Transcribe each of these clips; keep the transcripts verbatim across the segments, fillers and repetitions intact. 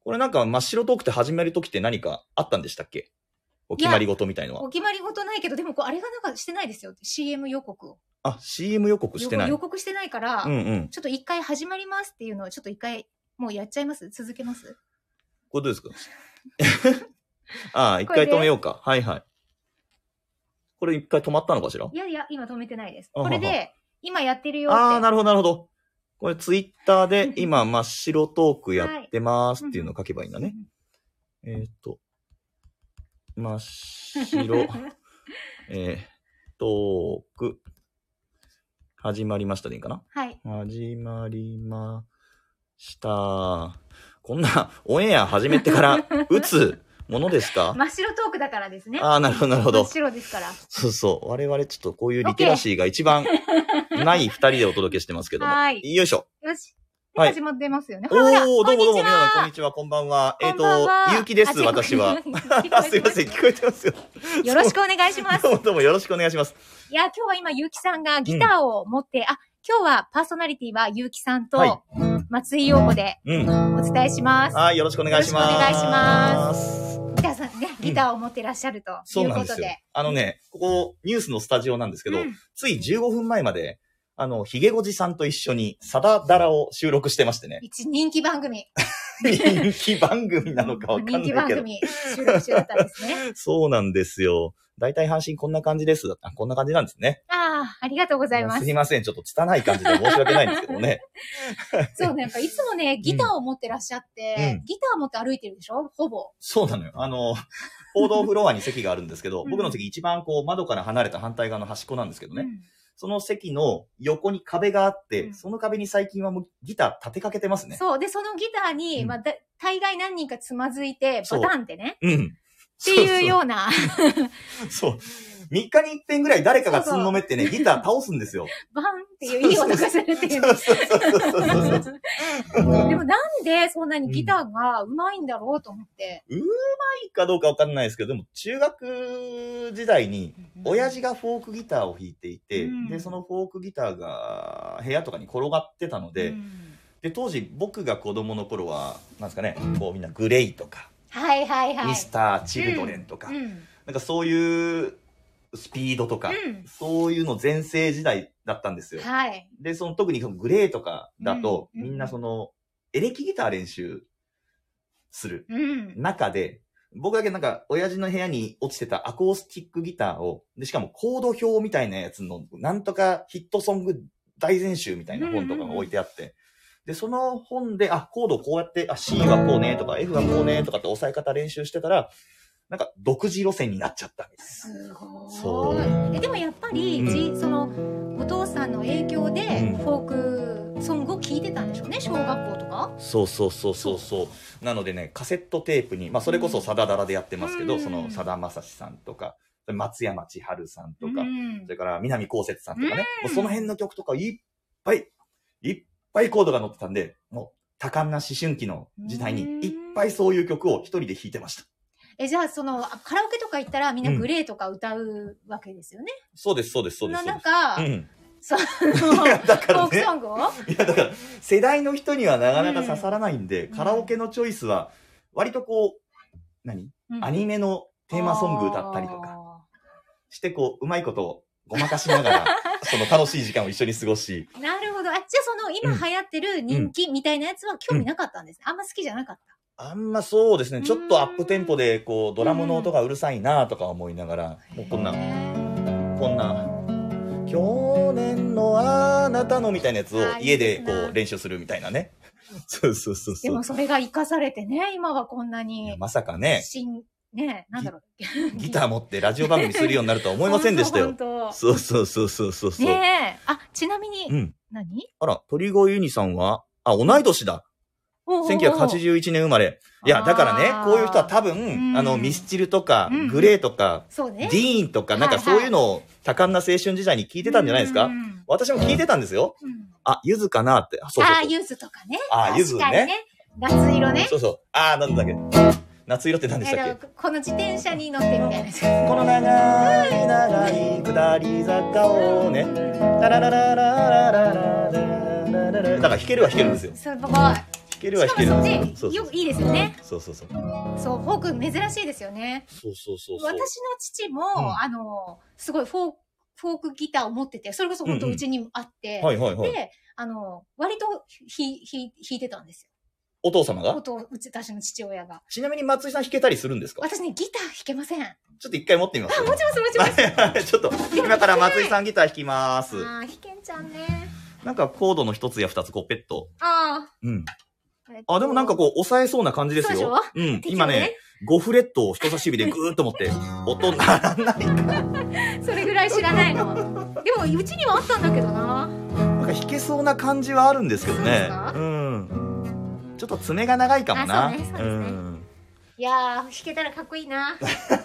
これなんか真っ白トークって始めるときって何かあったんでしたっけ？お決まり事みたいのは。 お決まり事ないけど、でもこうあれがなんかしてないですよ。シーエム 予告を。 あ、シーエム 予告してない。 予告してないから、 うんうん、 ちょっと一回始まりますっていうのをちょっと一回もうやっちゃいます？続けます？ これどうですか？ああ、一回止めようか。はいはい。これ一回止まったのかしら？ いやいや、今止めてないです。これで、今やってるよって。 ああ、なるほどなるほど。これツイッターで今真っ白トークやってますっていうのを書けばいいんだね。はい、えっ、ー、と、真っ白、えー、トーク、始まりましたでいいかな？ はい。 始まりました。こんなオンエア始めてから打つものですか？ 真っ白トークだからですね。 ああ、なるほどなるほど。 真っ白ですから。 そうそう。我々ちょっとこういうリテラシーが一番ない二人でお届けしてますけども。はい。よいしょ。 よし。はい、始まってますよね。 おー、どうもどうも、皆さん、こんにちは、こんばんは。えっと、ゆうきです、私は。すいません、聞こえてますよ。 よろしくお願いします。 どうもどうもよろしくお願いします。 いや、今日は今、ゆうきさんがギターを持って、うん、あ、今日はパーソナリティはゆうきさんと、松井陽子でお伝えします。 うん、はい、よろしくお願いします。 よろしくお願いします。ギターさんね、ギターを持ってらっしゃるということで。 そうなんですよ。あのね、ここ、ニュースのスタジオなんですけど、うん、ついじゅうごふんまえまで、あの、ひげごじさんと一緒に、サダダラを収録してましてね。 一人気番組。 人気番組なのかわかんないけど。 人気番組、収録中だったんですね。 そうなんですよ。大体阪神こんな感じです。あ、こんな感じなんですね。 ああ、ありがとうございます。 すみません。ちょっと拙い感じで申し訳ないんですけどね。 そうね。やっぱいつもね、ギターを持ってらっしゃって、うん、ギター持って歩いてるでしょ？ほぼ。 そうなのよ。あの、報道フロアに席があるんですけど、うん、僕の席一番こう窓から離れた反対側の端っこなんですけどね。うん、その席の横に壁があって、うん、その壁に最近はもうギター立てかけてますね。 そう。で、そのギターに、うん、まあ、大概何人かつまずいて、バタンってね。 うん。 っていうような。 そう。みっかにいっぺんぐらい誰かがつんのめってね、ギター倒すんですよ。 バンっていういい音がするっていう。そうそうそうそう。でもなんでそんなにギターが上手いんだろうと思って。 上手いかどうかわかんないですけど、でも中学時代に親父がフォークギターを弾いていて、うん、で、そのフォークギターが部屋とかに転がってたので、うん、で、当時僕が子供の頃は、なんですかね、こうみんなグレイとか、 はいはいはい。 ミスター・チルドレンとか、うんうん、なんかそういうスピードとか、うん、そういうの全盛時代だったんですよ。 はい。 で、その特にそのグレーとかだと、うん、みんなそのエレキギター練習する中で、うん、僕だけなんか親父の部屋に落ちてたアコースティックギターを、で、しかもコード表みたいなやつのなんとかヒットソング大全集みたいな本とかが置いてあって、うんうんうん、で、その本で、あ、コードこうやって、あ、C はこうねとか、F はこうねとかって押さえ方練習してたら、なんか独自路線になっちゃったみたいな。 すごい。 そう。 え、でもやっぱり、うん、その、お父さんの影響で、フォークソングを聴いてたんでしょうね、小学校とか。 そうそうそうそうそう。なのでね、カセットテープに、まあそれこそサダダラでやってますけど、うん、そのさだまさしさんとか、松山千春さんとか、うん、それから南こうせつさんとかね、うん、もうその辺の曲とかいっぱい、いっぱいコードが載ってたんで、もう多感な思春期の時代にいっぱいそういう曲を一人で弾いてました。 え、じゃあ、その、カラオケとか行ったらみんなグレーとか歌うわけですよね。 うん、そうです、そうです、そうです。 なんか、うん、その、だからね、 フォークソングをいや、だから、世代の人にはなかなか刺さらないんで、うん、カラオケのチョイスは、割とこう、何、うん、アニメのテーマソング歌ったりとか、して、こう、うまいことをごまかしながら、その楽しい時間を一緒に過ごし。 なるほど。あ、じゃあその、今流行ってる人気みたいなやつは興味なかったんです、うん、あんま好きじゃなかった。 あんまそうですね。ちょっとアップテンポで、こう、ドラムの音がうるさいなとか思いながら、もうこんな、こんな、去年のあなたのみたいなやつを家でこう練習するみたいなね。そうそうそうそう。 でもそれが活かされてね、今はこんなに。 まさかね。 新、ね、なんだろう。 ギター持ってラジオ番組するようになるとは思いませんでしたよ。本当そうそうそうそうそう。 ねえ。あ、ちなみに、うん、何？ あら、鳥越ユニさんは、あ、同い年だ。せんきゅうひゃくはちじゅういちねん生まれ。いや、だからね、こういう人は多分、あの、ミスチルとか、グレーとか、ディーンとか、なんかそういうのを多感な青春時代に聞いてたんじゃないですか？私も聞いてたんですよ。あ、ゆずかなって。 あ、そうそうそう。あ、ゆずとかね。 あ、ゆずね。 夏色ね。 そうそう。あ、なんだっけ。夏色って何でしたっけ？ この自転車に乗ってみたいな。 この長い長い下り坂をね。ラララララララララララ。だから弾けるは弾けるんですよ。 すごい。 弾けるは弾ける。 しかもね、よくいいですよね。 そうそうそう。 そう、フォーク珍しいですよね。 そうそうそう私の父も、 うん、 あの、すごいフォーク、フォークギターを持ってて、それこそ本当うちにあって、 はいはいはい。 で、あの、割とひ、ひ、弾いてたんですよ。 お父様が？ お父、うち、私の父親が。 ちなみに松井さん弾けたりするんですか？ 私ね、ギター弾けません。 ちょっと一回持ってみます。 あ、持ちます、持ちます。ちょっと、今から松井さんギター弾きます。 あー、弾けんちゃんね。 なんかコードの一つや二つこうペット。 ああ。 うん。あ、でもなんかこう押さえそうな感じですよ。 そうでしょ？ うん。今ね、ごフレットを人差し指でグーッと持って、音ならないか。 それぐらい知らないの。でも、うちにはあったんだけどな。 なんか弾けそうな感じはあるんですけどね。うん。ちょっと爪が長いかもな。 そうね、そうですね。うん、いやー、弾けたらかっこいいな。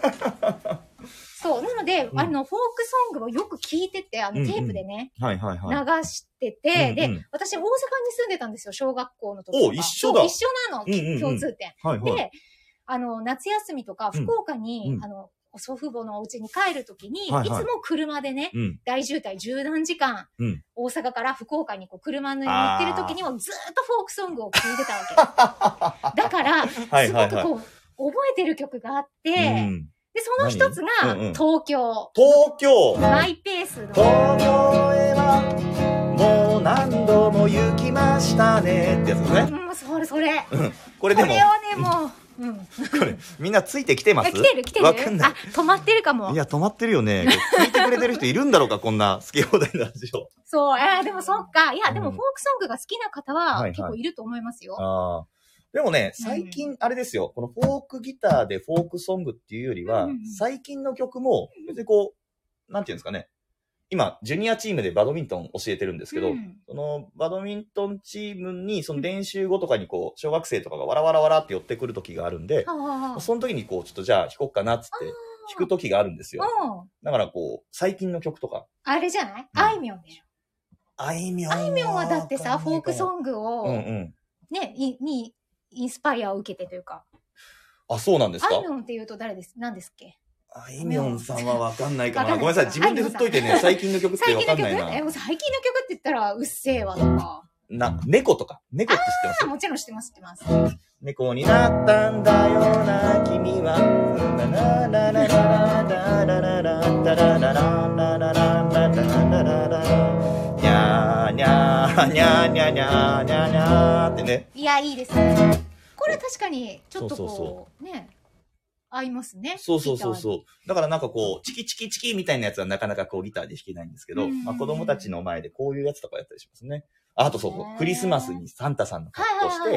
そう。なので、うん、あの、フォークソングをよく聞いてて、あの、テープでね、 うんうん、はいはいはい。 流してて、うんうん、で、私、大阪に住んでたんですよ、小学校の時とか。 お、一緒だ。 一緒なの、うんうんうん、共通点、はいはい。で、あの、夏休みとか、福岡に、うん、あの、祖父母のお家に帰るときに、はいはい、いつも車でね、うん、大渋滞十何時間、うん、大阪から福岡にこう車に乗ってるときにもずっとフォークソングを聴いてたわけ。だから、すごくこう、はいはいはい、覚えてる曲があって、うんで、その一つが、東京。うんうん、 東京マイペースの。 東京へは、もう何度も行きましたねってやつですね。 うん、それそれ。 うん、これでも。 これはね、もう。うん、 これ、みんなついてきてます？ 来てる来てる。 わかんない。 あ、止まってるかも。 いや、止まってるよね。聞いてくれてる人いるんだろうか、こんな好き放題のラジオ。 そう、えー、でもそっか。いや、でもフォークソングが好きな方は結構いると思いますよ。 はいはい、ああ。でもね、最近、あれですよ、このフォークギターでフォークソングっていうよりは、うん、最近の曲も、別にこう、なんていうんですかね、今、ジュニアチームでバドミントン教えてるんですけど、うん、そのバドミントンチームに、その練習後とかにこう、小学生とかがわらわらわらって寄ってくる時があるんで、うん、その時にこう、ちょっとじゃあ弾こっかなっつって、弾く時があるんですよ。だからこう、最近の曲とか。 あれじゃない、うん、あいみょんでしょ。 あいみょん。 あいみょんはだってさ、フォークソングを、うんうん、ね、に、インスパイアを受けてというか。 あ、そうなんですか？ あいみょんって言うと誰です？何ですっけ？ あいみょんさんはわかんないかな。ごめんなさい。自分で振っといてね、最近の曲ってわかんないな。 最近の曲？え、もう最近の曲って言ったら、うっせぇわとか。 な、猫とか。猫って知ってます？ あ、もちろん知ってます、知ってます。 猫になったんだよな、君は。ラララララララララララララララララララにゃーにゃーにゃーにゃーにゃーにゃーにゃーってね。 いや、いいですね。これ確かに、ちょっとこう、そうそうそうね、合いますね。 そうそうそうそう。だからなんかこう、チキチキチキみたいなやつはなかなかこうギターで弾けないんですけど、まあ子供たちの前でこういうやつとかやったりしますね。あとそう、クリスマスにサンタさんの格好して、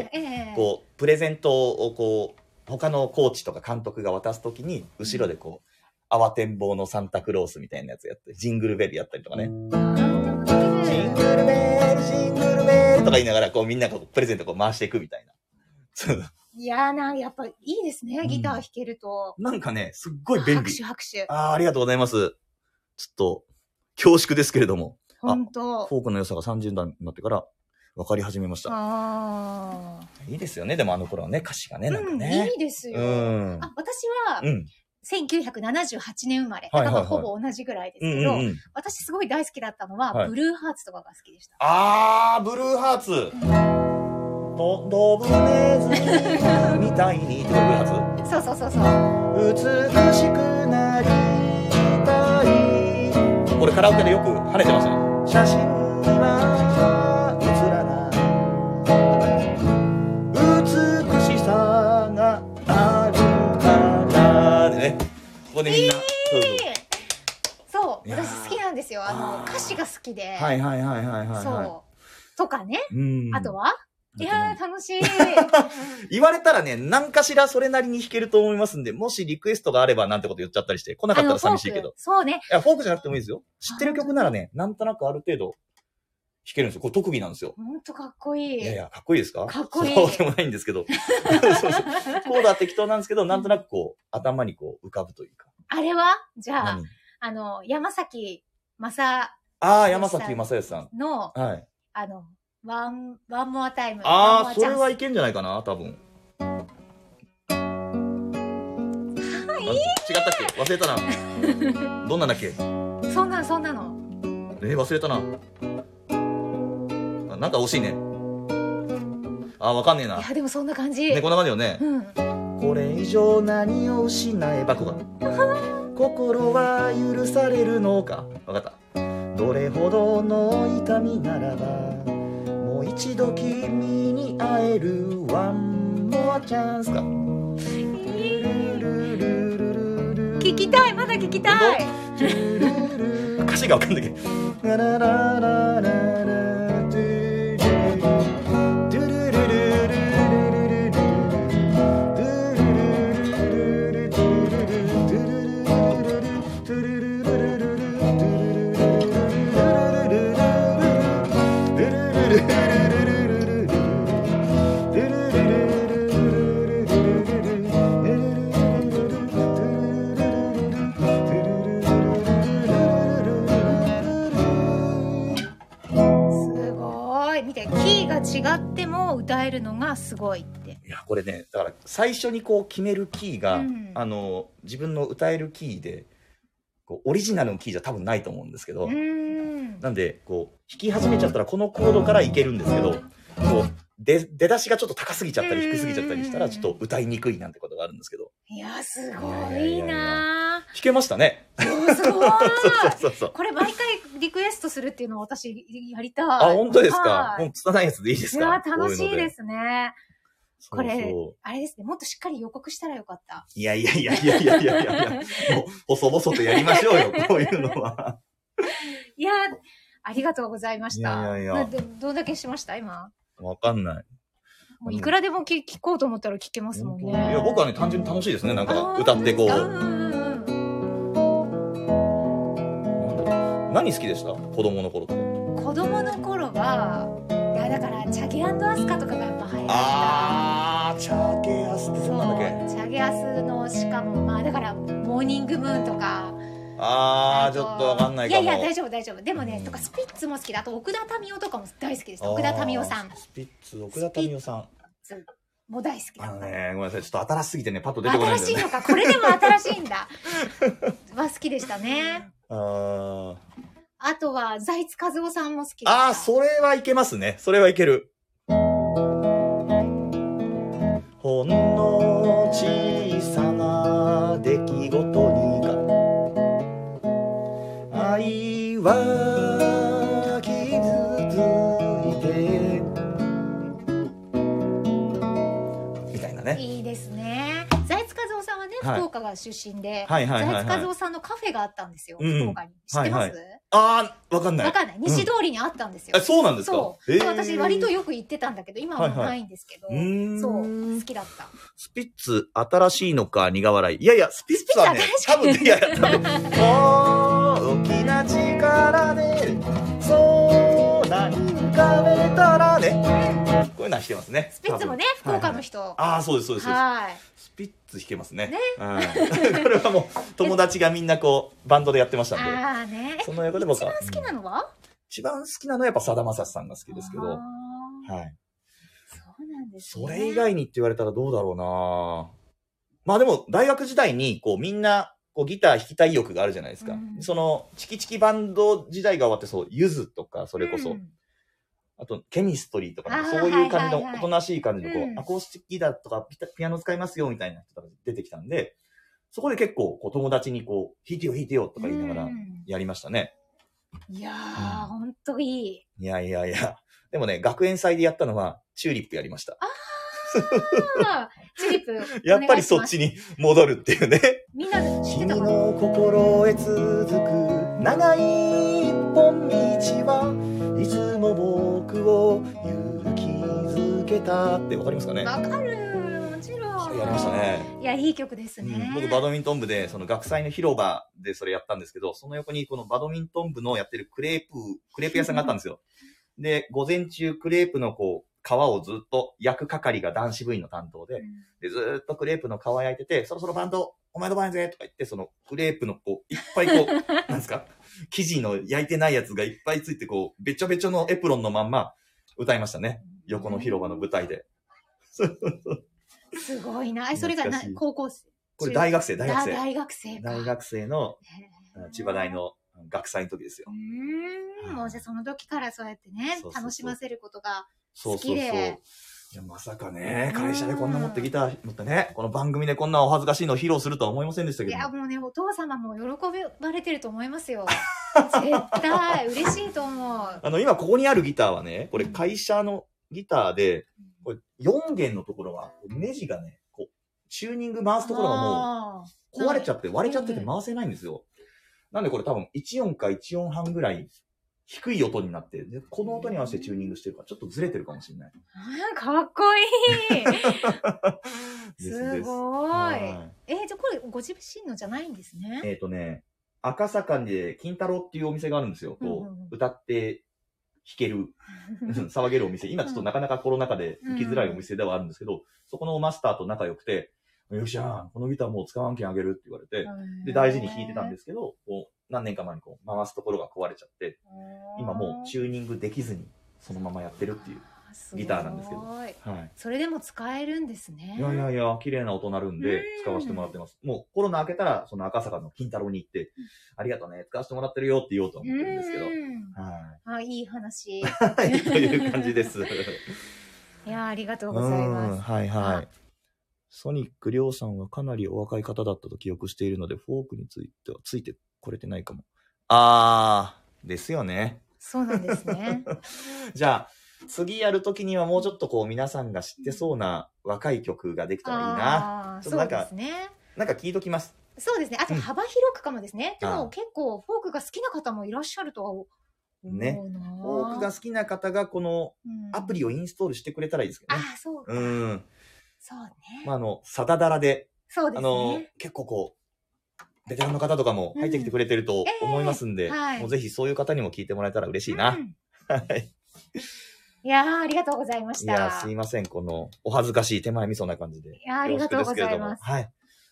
こう、プレゼントをこう、他のコーチとか監督が渡すときに、後ろでこう、慌てんぼうのサンタクロースみたいなやつやって、ジングルベルやったりとかね。ジングルベル、ジングルベルとか言いながら、こうみんながプレゼントこう回していくみたいな。 いやーな、やっぱいいですね、ギター弾けると。 うん、なんかね、すっごい便利。 拍手拍手。 ああ、ありがとうございます。ちょっと、恐縮ですけれども。 本当。 フォークの良さがさんじゅう代になってから分かり始めました。ああ。いいですよね、でもあの頃はね、歌詞がね、なんかね。 うん、いいですよ。うん、あ、私は、うんせんきゅうひゃくななじゅうはちねん生まれ。だからほぼ同じぐらいですけど、私すごい大好きだったのは、はい、ブルーハーツとかが好きでした。 あー、ブルーハーツ。と、ドブネズミみたいに。ブルーハーツ？ そうそうそうそう。 美しくなりたい。これカラオケでよく跳ねてましたね。写真には映らない。美しさがある。ね、ここでみんな、 えー、そう私好きなんですよ。あの歌詞が好きで、 はいはいはいはいはい、 そうとかね。あとはいやー楽しい言われたらね、何かしらそれなりに弾けると思いますんで、もしリクエストがあればなんてこと言っちゃったりして来なかったら寂しいけど。 そうね。 いやフォークじゃなくてもいいですよ。知ってる曲ならね、なんとなくある程度弾けるんですよ。これ特技なんですよ。 ほんとかっこいい。 いやいや、かっこいいですか？ かっこいい。 そうでもないんですけど。そうそう。コードは適当なんですけど、なんとなくこう、頭にこう、浮かぶというか。 あれはじゃあ、あの、山崎正義。 ああ、山崎正義さん。 の、 はい。 あの、ワン、ワンモアタイム。 ああ、それはいけんじゃないかな、多分。 はい。 違ったっけ？忘れたな。どんなんだっけ？ そんなの、そんなの。 えー、忘れたな。なんか惜しいね。 あ、わかんねえな。 いや、でもそんな感じ。 ね、こんな感じよね。うん。これ以上何を失えば、ここ心は許されるのか。わかった。どれほどの痛みならば、もう一度君に会える。ワンモアチャンスか。 聞きたい、まだ聞きたい。 歌詞がわかんないけど。ララララララ違っても歌えるのがすごいって。 いやこれね、だから最初にこう決めるキーが、うん、あの自分の歌えるキーでこうオリジナルのキーじゃ多分ないと思うんですけど、うんなんでこう弾き始めちゃったらこのコードからいけるんですけど、こう出出だしがちょっと高すぎちゃったり低すぎちゃったりしたらちょっと歌いにくいなんてことがあるんですけど。 いやすごいな。 弾けましたね。 すごい。そうそうそう。これ毎回リクエストするっていうのを私やりたい。 あ、本当ですか。もう拙いやつでいいですか。 いや楽しいですね。これあれですね。もっとしっかり予告したらよかった。 いやいやいやいやいやいやいやいや。もう細々とやりましょうよ。こういうのは。 いやありがとうございました。 いやいやいや。 どどんだけしました今。 わかんない。 もういくらでも聞聞こうと思ったら聞けますもんね。 いや僕はね単純に楽しいですね。なんか歌ってこう。何好きでした？子供の頃とか。 子供の頃はいやだからチャゲ&アスカとかがやっぱ流行った。 あーチャゲアスってそうなんだっけ。 チャゲアスのしかもまあだからモーニングムーンとか。 あーちょっとわかんないかも。 いやいや大丈夫大丈夫。でもね、うん、とかスピッツも好きだ。あと奥田民生とかも大好きでした。奥田民生さん。 スピッツ奥田民生さん。 もう大好きだ。 あのねごめんなさいちょっと新しすぎてねパッと出てこないんだよね。 新しいのかこれでも新しいんだ。は好きでしたね。 ああとは財津和夫さんも好きでした。 ああそれはいけますね。それはいける。ほんの小さな出来事にか愛は傷ついてみたいなね。 いいですね。財津和夫さんはね、はい、福岡が出身で、 はいはいはいはい、 財津和夫さんのカフェがあったんですよ、うん、福岡に。知ってます？はいはい、 ああ、わかんない。 わかんない。西通りにあったんですよ。 うん、そうなんですか？ そう。私割とよく行ってたんだけど、今はもうないんですけど、はいはい、そう、好きだった。 スピッツ、新しいのか苦笑い。いやいや、スピッツはね、多分、いやいや、多分、大きな力で、そうなに浮かべたらね。こういうのは弾けますね。 スピッツもね、福岡の人。はいはい、 ああ、そうです、そうです。 はい。 スピッツ弾けますね。 ね。 うん、これはもう、友達がみんなこう、バンドでやってましたんで。 ああね。 その横で僕は。 一番好きなのは、うん、 一番好きなのはやっぱさだまさしさんが好きですけど。はい。 そうなんですね。 それ以外にって言われたらどうだろうな。まあでも、大学時代に、こう、みんな、こう、ギター弾きたい欲があるじゃないですか。うん、その、チキチキバンド時代が終わって、そう、ゆずとか、それこそ、うん、あと、ケミストリーとか、ね、そういう感じの、おとなしい感じの、こう、うん、アコースティックギターとかピ、ピアノ使いますよ、みたいな人が出てきたんで、そこで結構、こう、友達にこう、弾いてよ、弾いてよ、とか言いながら、やりましたね。 うん、いやー、うん、ほんといい。 いやいやいや。でもね、学園祭でやったのは、チューリップやりました。 ああ、チューリップ。 やっぱりそっちに戻るっていうね。 みんなで君の心へ続く長い一本道はいつも僕を勇気づけたってわかりますかね？ わかる。もちろん。 やりましたね。 いや、いい曲ですね。 うん、僕バドミントン部で、その学祭の広場でそれやったんですけど、その横にこのバドミントン部のやってるクレープ、クレープ屋さんがあったんですよ。で、午前中クレープのこう、皮をずっと焼く係が男子部員の担当で、うん、でずっとクレープの皮焼いてて、そろそろバンド、お前の番やぜとか言って、そのクレープのこう、いっぱいこう、なんですか生地の焼いてないやつがいっぱいついて、こう、べちょべちょのエプロンのまんま歌いましたね。横の広場の舞台で。 すごいな。それがな高校生？ これ大学生、大学生。 大学生か。 大学生の千葉大の学祭の時ですよ。 うーん、もうじゃあその時からそうやってね、楽しませることが好きで。 いや、まさかね、会社でこんな持ってギター持ってね、この番組でこんなお恥ずかしいのを披露するとは思いませんでしたけど。 いや、もうね、お父様も喜ばれてると思いますよ。絶対、嬉しいと思う。 あの、今ここにあるギターはね、これ会社のギターで、これよん弦のところは、ネジがね、こう、チューニング回すところがもう、壊れちゃって、割れちゃってて回せないんですよ。なんでこれ多分いち音かいち音半ぐらい、低い音になって、で、この音に合わせてチューニングしてるから、ちょっとずれてるかもしれない。 ああ、かっこいい。すごい。はい、えー、じゃあこれご自身のじゃないんですね。 えっとね、赤坂で金太郎っていうお店があるんですよ。こう、歌って弾ける、騒げるお店。今ちょっとなかなかコロナ禍で行きづらいお店ではあるんですけど、そこのマスターと仲良くて、よっしゃー、このギターもう使わんけんあげるって言われて、で、大事に弾いてたんですけど、こう、何年か前にこう回すところが壊れちゃって、今もうチューニングできずにそのままやってるっていうギターなんですけど、はい、 それでも使えるんですね。 いやいやいや、綺麗な音鳴るんで使わせてもらってます。もうコロナ明けたらその赤坂の金太郎に行って、ありがとうね、使わせてもらってるよって言おうと思ってるんですけど、はい、 あ、いい話。 はい、という感じです。 いや、ありがとうございます。 はいはい。ソニックりょうさんはかなりお若い方だったと記憶しているので、フォークについてはついてこれてないかも。あー、ですよね。 そうなんですね。 じゃあ、次やるときにはもうちょっとこう皆さんが知ってそうな若い曲ができたらいいな。 ちょっとなんか、そうですね。 なんか聞いときます。 そうですね。あと幅広くかもですね。うん、でも結構フォークが好きな方もいらっしゃるとは思うな。 ね。フォークが好きな方がこのアプリをインストールしてくれたらいいですけどね。 うん、ああ、そうか。 うん。 そうね。 まあ、あの、サダダラで、 そうですね。あの、 結構こう、ベテランの方とかも入ってきてくれてると思いますんで、うんえーはい、もうぜひそういう方にも聞いてもらえたら嬉しいな。うん、はい。 いやー、ありがとうございました。 いやー、すいません。この、お恥ずかしい手前味噌な感じで。 いやー、ありがとうございます。 はい。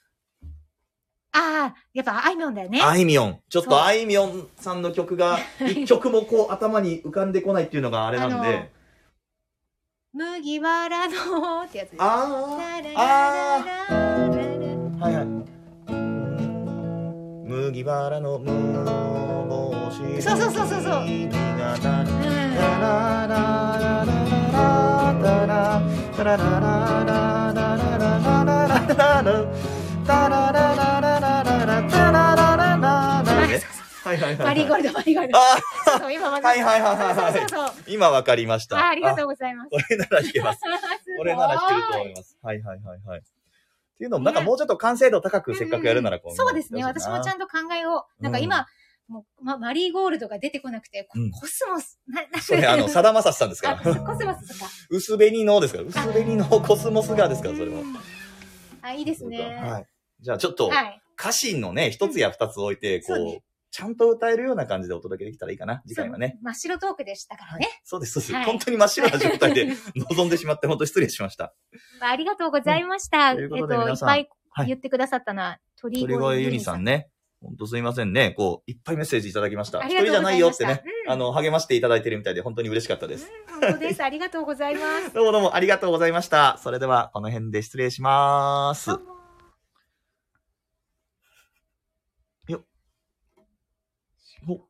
ああ、やっぱあいみょんだよね。 あいみょん。ちょっとあいみょんさんの曲が、一曲もこう頭に浮かんでこないっていうのがあれなんで、 麦わらのってやつです。 あーあーはいはい。麦わらのむぼし。 そうそうそうそうそう。 はいはいはい。 マリーゴールド、マリーゴールド。 ああ、今まで。はいはいはいはい。 そうそうそう。 今わかりました。 あ、ありがとうございます。 これなら弾けます。これなら弾けると思います。はいはいはいはい。っていうのも、なんかもうちょっと完成度高くせっかくやるならこう、 そうですね。私もちゃんと考えを、なんか今、もう、ま、マリーゴールドが出てこなくて、コスモス、 な、な、それあの、さだまさしさんですから。 コスモスとか。 薄紅のですから。薄紅のコスモスがですから、それは。 あ、いいですね。 はい。じゃあちょっと、歌詞のね、一つや二つ置いて、こう、ちゃんと歌えるような感じでお届けできたらいいかな、次回はね。 真っ白トークでしたからね。 そうです、そうです。本当に真っ白な状態で臨んでしまって、本当失礼しました。 ありがとうございました。えっと、いっぱい言ってくださったのは、鳥越ゆにさんね。 本当すいませんね。こう、いっぱいメッセージいただきました。一人じゃないよってね、あの、励ましていただいてるみたいで、本当に嬉しかったです。 本当です。ありがとうございます。 どうもどうもありがとうございました。それでは、この辺で失礼します。よっ。